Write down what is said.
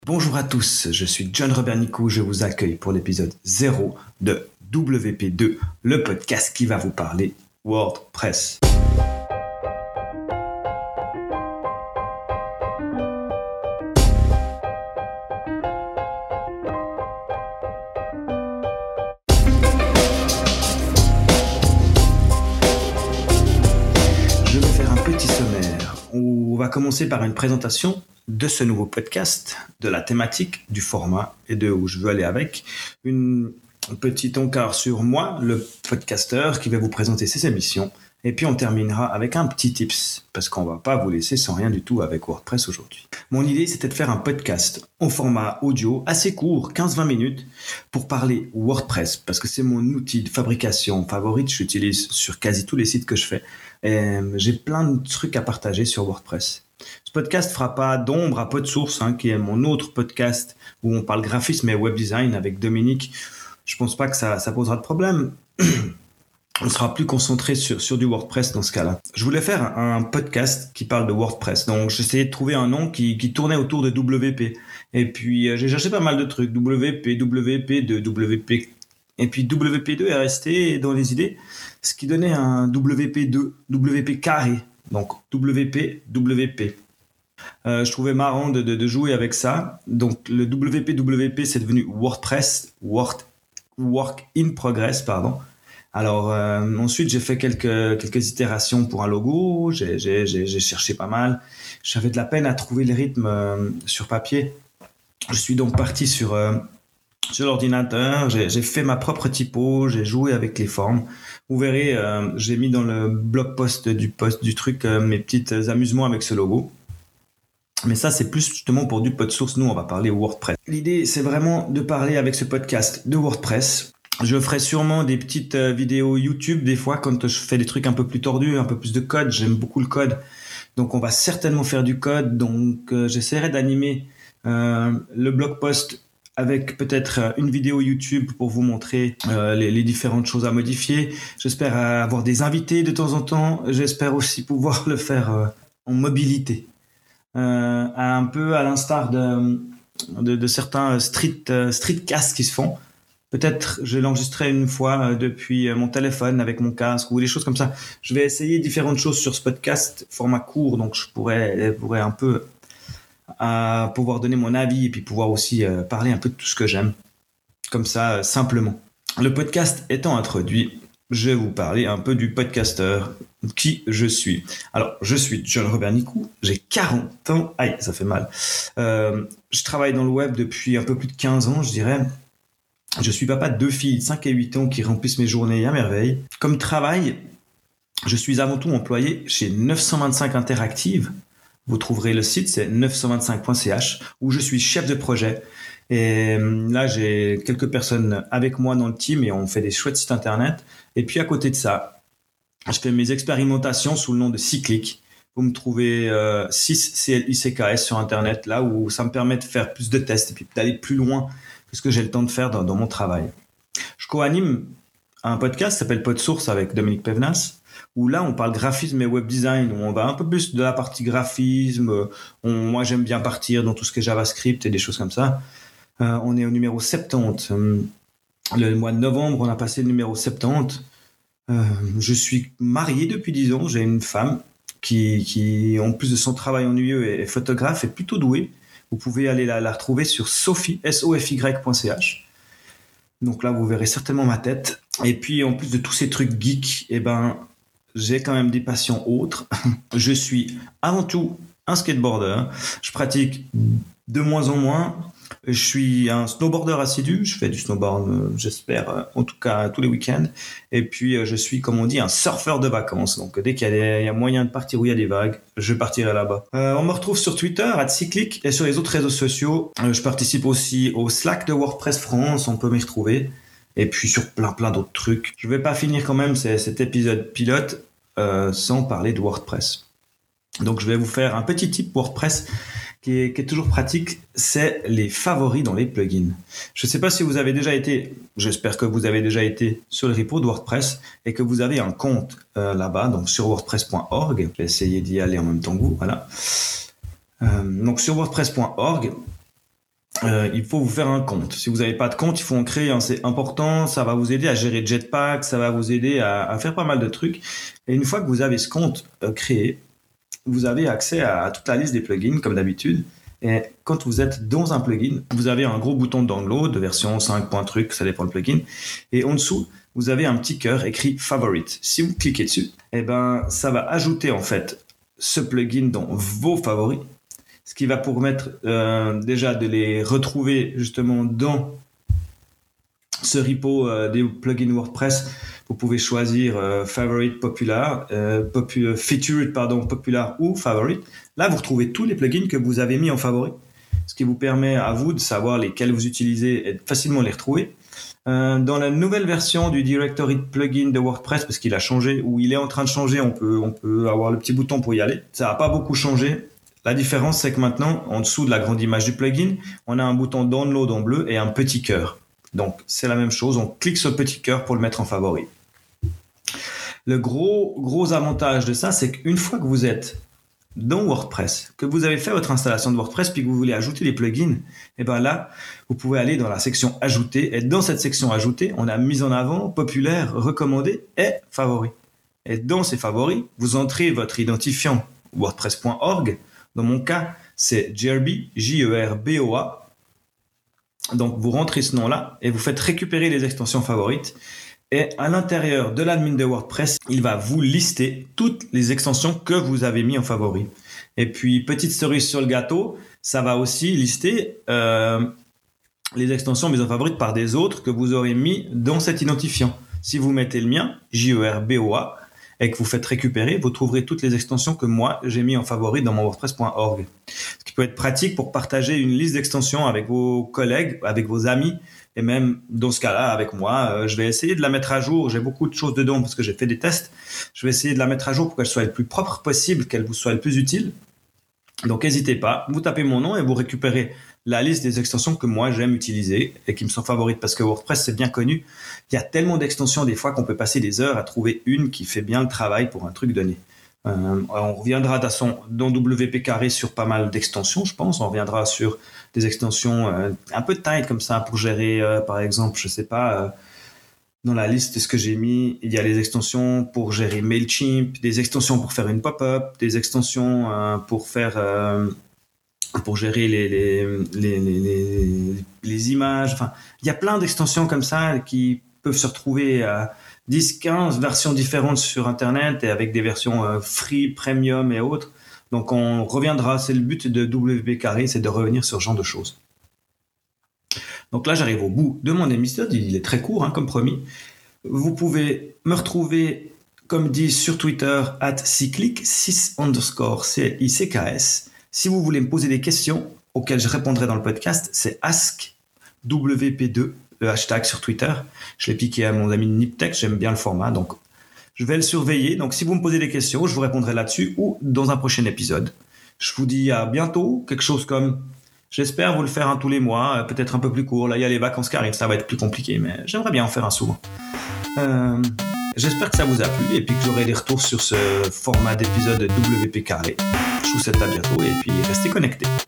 Bonjour à tous, je suis John Robert Nicou, je vous accueille pour l'épisode 0 de WP2, le podcast qui va vous parler WordPress. Je vais faire un petit sommaire. On va commencer par une présentation de ce nouveau podcast, de la thématique, du format et de où je veux aller avec. Un petit encart sur moi, le podcasteur, qui va vous présenter ses émissions. Et puis on terminera avec un petit tips, parce qu'on va pas vous laisser sans rien du tout avec WordPress aujourd'hui. Mon idée, c'était de faire un podcast en format audio assez court, 15-20 minutes, pour parler WordPress, parce que c'est mon outil de fabrication favorite, je l'utilise sur quasi tous les sites que je fais. Et j'ai plein de trucs à partager sur WordPress. Ce podcast fera pas d'ombre à PodSource, qui est mon autre podcast où on parle graphisme et web design avec Dominique. Je pense pas que ça posera de problème. On sera plus concentré sur du WordPress dans ce cas-là. Je voulais faire un podcast qui parle de WordPress. Donc, j'essayais de trouver un nom qui tournait autour de WP. Et puis, j'ai cherché pas mal de trucs. WP, WP2, WP. Et puis, WP2 est resté dans les idées, ce qui donnait un WP2, WP carré. Donc, WP. Je trouvais marrant de jouer avec ça. Donc, le WP, c'est devenu WordPress, Work in Progress, pardon. Alors, ensuite, j'ai fait quelques itérations pour un logo. J'ai cherché pas mal. J'avais de la peine à trouver le rythme sur papier. Je suis donc parti sur l'ordinateur. J'ai fait ma propre typo. J'ai joué avec les formes. Vous verrez, j'ai mis dans le blog post du truc mes petits amusements avec ce logo. Mais ça, c'est plus justement pour du PodSource. Nous, on va parler WordPress. L'idée, c'est vraiment de parler avec ce podcast de WordPress. Je ferai sûrement des petites vidéos YouTube des fois quand je fais des trucs un peu plus tordus, un peu plus de code. J'aime beaucoup le code. Donc, on va certainement faire du code. Donc, j'essaierai d'animer le blog post avec peut-être une vidéo YouTube pour vous montrer les différentes choses à modifier. J'espère avoir des invités de temps en temps. J'espère aussi pouvoir le faire en mobilité. Un peu à l'instar de certains streetcasts qui se font. Peut-être je l'enregistrerai une fois depuis mon téléphone avec mon casque ou des choses comme ça. Je vais essayer différentes choses sur ce podcast, format court, donc je pourrais un peu pouvoir donner mon avis et puis pouvoir aussi parler un peu de tout ce que j'aime. Comme ça, simplement. Le podcast étant introduit, je vais vous parler un peu du podcasteur, qui je suis. Alors, je suis John Robert Nicou, j'ai 40 ans, aïe, ça fait mal. Je travaille dans le web depuis un peu plus de 15 ans, je dirais. Je suis papa de 2 filles, 5 et 8 ans, qui remplissent mes journées à merveille. Comme travail, je suis avant tout employé chez 925 Interactive. Vous trouverez le site, c'est 925.ch, où je suis chef de projet. Et là, j'ai quelques personnes avec moi dans le team et on fait des chouettes sites internet. Et puis à côté de ça, je fais mes expérimentations sous le nom de Cyclic. Vous me trouvez 6 CLICKS sur internet, là où ça me permet de faire plus de tests et puis d'aller plus loin que ce que j'ai le temps de faire dans mon travail. Je co-anime un podcast qui s'appelle PodSource avec Dominique Pévenas, où là on parle graphisme et web design, où on va un peu plus de la partie graphisme. Moi j'aime bien partir dans tout ce qui est JavaScript et des choses comme ça. On est au numéro 70. Le mois de novembre, on a passé le numéro 70. Je suis marié depuis 10 ans. J'ai une femme qui en plus de son travail ennuyeux, est photographe et plutôt douée. Vous pouvez aller la retrouver sur sofy.ch. Donc là, vous verrez certainement ma tête. Et puis, en plus de tous ces trucs geeks, j'ai quand même des passions autres. Je suis avant tout un skateboarder. Je pratique de moins en moins. Je suis un snowboarder assidu. Je fais du snowboard, j'espère, en tout cas tous les week-ends. Et puis, je suis, comme on dit, un surfeur de vacances. Donc, dès qu'il y a moyen de partir où il y a des vagues, je partirai là-bas. On me retrouve sur Twitter, @cyclic, et sur les autres réseaux sociaux. Je participe aussi au Slack de WordPress France. On peut m'y retrouver. Et puis, sur plein d'autres trucs. Je vais pas finir quand même cet épisode pilote sans parler de WordPress. Donc, je vais vous faire un petit tip WordPress qui est toujours pratique, c'est les favoris dans les plugins. Je ne sais pas si vous avez déjà été, j'espère que vous avez déjà été sur le repo de WordPress et que vous avez un compte là-bas, donc sur wordpress.org. Je vais essayer d'y aller en même temps que vous, voilà. Donc sur wordpress.org, il faut vous faire un compte. Si vous n'avez pas de compte, il faut en créer un. C'est important, ça va vous aider à gérer Jetpack, ça va vous aider à faire pas mal de trucs. Et une fois que vous avez ce compte créé, vous avez accès à toute la liste des plugins, comme d'habitude. Et quand vous êtes dans un plugin, vous avez un gros bouton de download de version 5 point truc, ça dépend du plugin. Et en dessous, vous avez un petit cœur écrit Favorite. Si vous cliquez dessus, ça va ajouter en fait ce plugin dans vos favoris. Ce qui va permettre déjà de les retrouver justement dans ce repo des plugins WordPress. Vous pouvez choisir Favorite, Popular, Featured, Popular ou Favorite. Là, vous retrouvez tous les plugins que vous avez mis en favori, ce qui vous permet à vous de savoir lesquels vous utilisez et de facilement les retrouver. Dans la nouvelle version du directory de plugins de WordPress, parce qu'il a changé ou il est en train de changer, on peut avoir le petit bouton pour y aller. Ça n'a pas beaucoup changé. La différence, c'est que maintenant, en dessous de la grande image du plugin, on a un bouton download en bleu et un petit cœur. Donc, c'est la même chose. On clique sur le petit cœur pour le mettre en favori. Le gros avantage de ça, c'est qu'une fois que vous êtes dans WordPress, que vous avez fait votre installation de WordPress, puis que vous voulez ajouter des plugins, et bien là, vous pouvez aller dans la section Ajouter. Et dans cette section Ajouter, on a mis en avant Populaire, Recommandé et Favoris. Et dans ces favoris, vous entrez votre identifiant WordPress.org. Dans mon cas, c'est Jerboa, Jerboa. Donc, vous rentrez ce nom-là et vous faites récupérer les extensions favorites. Et à l'intérieur de l'admin de WordPress, il va vous lister toutes les extensions que vous avez mis en favori. Et puis, petite cerise sur le gâteau, ça va aussi lister les extensions mises en favori par des autres que vous aurez mis dans cet identifiant. Si vous mettez le mien, Jerboa, et que vous faites récupérer, vous trouverez toutes les extensions que moi, j'ai mis en favori dans mon WordPress.org. Ce qui peut être pratique pour partager une liste d'extensions avec vos collègues, avec vos amis, et même dans ce cas-là, avec moi, je vais essayer de la mettre à jour. J'ai beaucoup de choses dedans parce que j'ai fait des tests. Je vais essayer de la mettre à jour pour qu'elle soit le plus propre possible, qu'elle vous soit le plus utile. Donc, n'hésitez pas. Vous tapez mon nom et vous récupérez la liste des extensions que moi, j'aime utiliser et qui me sont favorites parce que WordPress, c'est bien connu. Il y a tellement d'extensions des fois qu'on peut passer des heures à trouver une qui fait bien le travail pour un truc donné. On reviendra dans WP Carré sur pas mal d'extensions, je pense. On reviendra sur des extensions un peu tight comme ça pour gérer, par exemple, je sais pas, dans la liste de ce que j'ai mis, il y a les extensions pour gérer Mailchimp, des extensions pour faire une pop-up, des extensions pour gérer les images. Enfin, il y a plein d'extensions comme ça qui peuvent se retrouver à 10, 15 versions différentes sur Internet et avec des versions free, premium et autres. Donc, on reviendra. C'est le but de WP Carré, c'est de revenir sur ce genre de choses. Donc là, j'arrive au bout de mon épisode. Il est très court, comme promis. Vous pouvez me retrouver, comme dit sur Twitter, @6click, 6_CICKS. Si vous voulez me poser des questions auxquelles je répondrai dans le podcast, c'est AskWP2, le hashtag sur Twitter. Je l'ai piqué à mon ami Niptech, j'aime bien le format, donc je vais le surveiller. Donc si vous me posez des questions, je vous répondrai là-dessus ou dans un prochain épisode. Je vous dis à bientôt, quelque chose comme... J'espère vous le faire tous les mois, peut-être un peu plus court. Là, il y a les vacances qui arrivent, ça va être plus compliqué, mais j'aimerais bien en faire un souvent. J'espère que ça vous a plu et puis que j'aurai des retours sur ce format d'épisode WP Carré. Je vous souhaite à bientôt et puis restez connectés.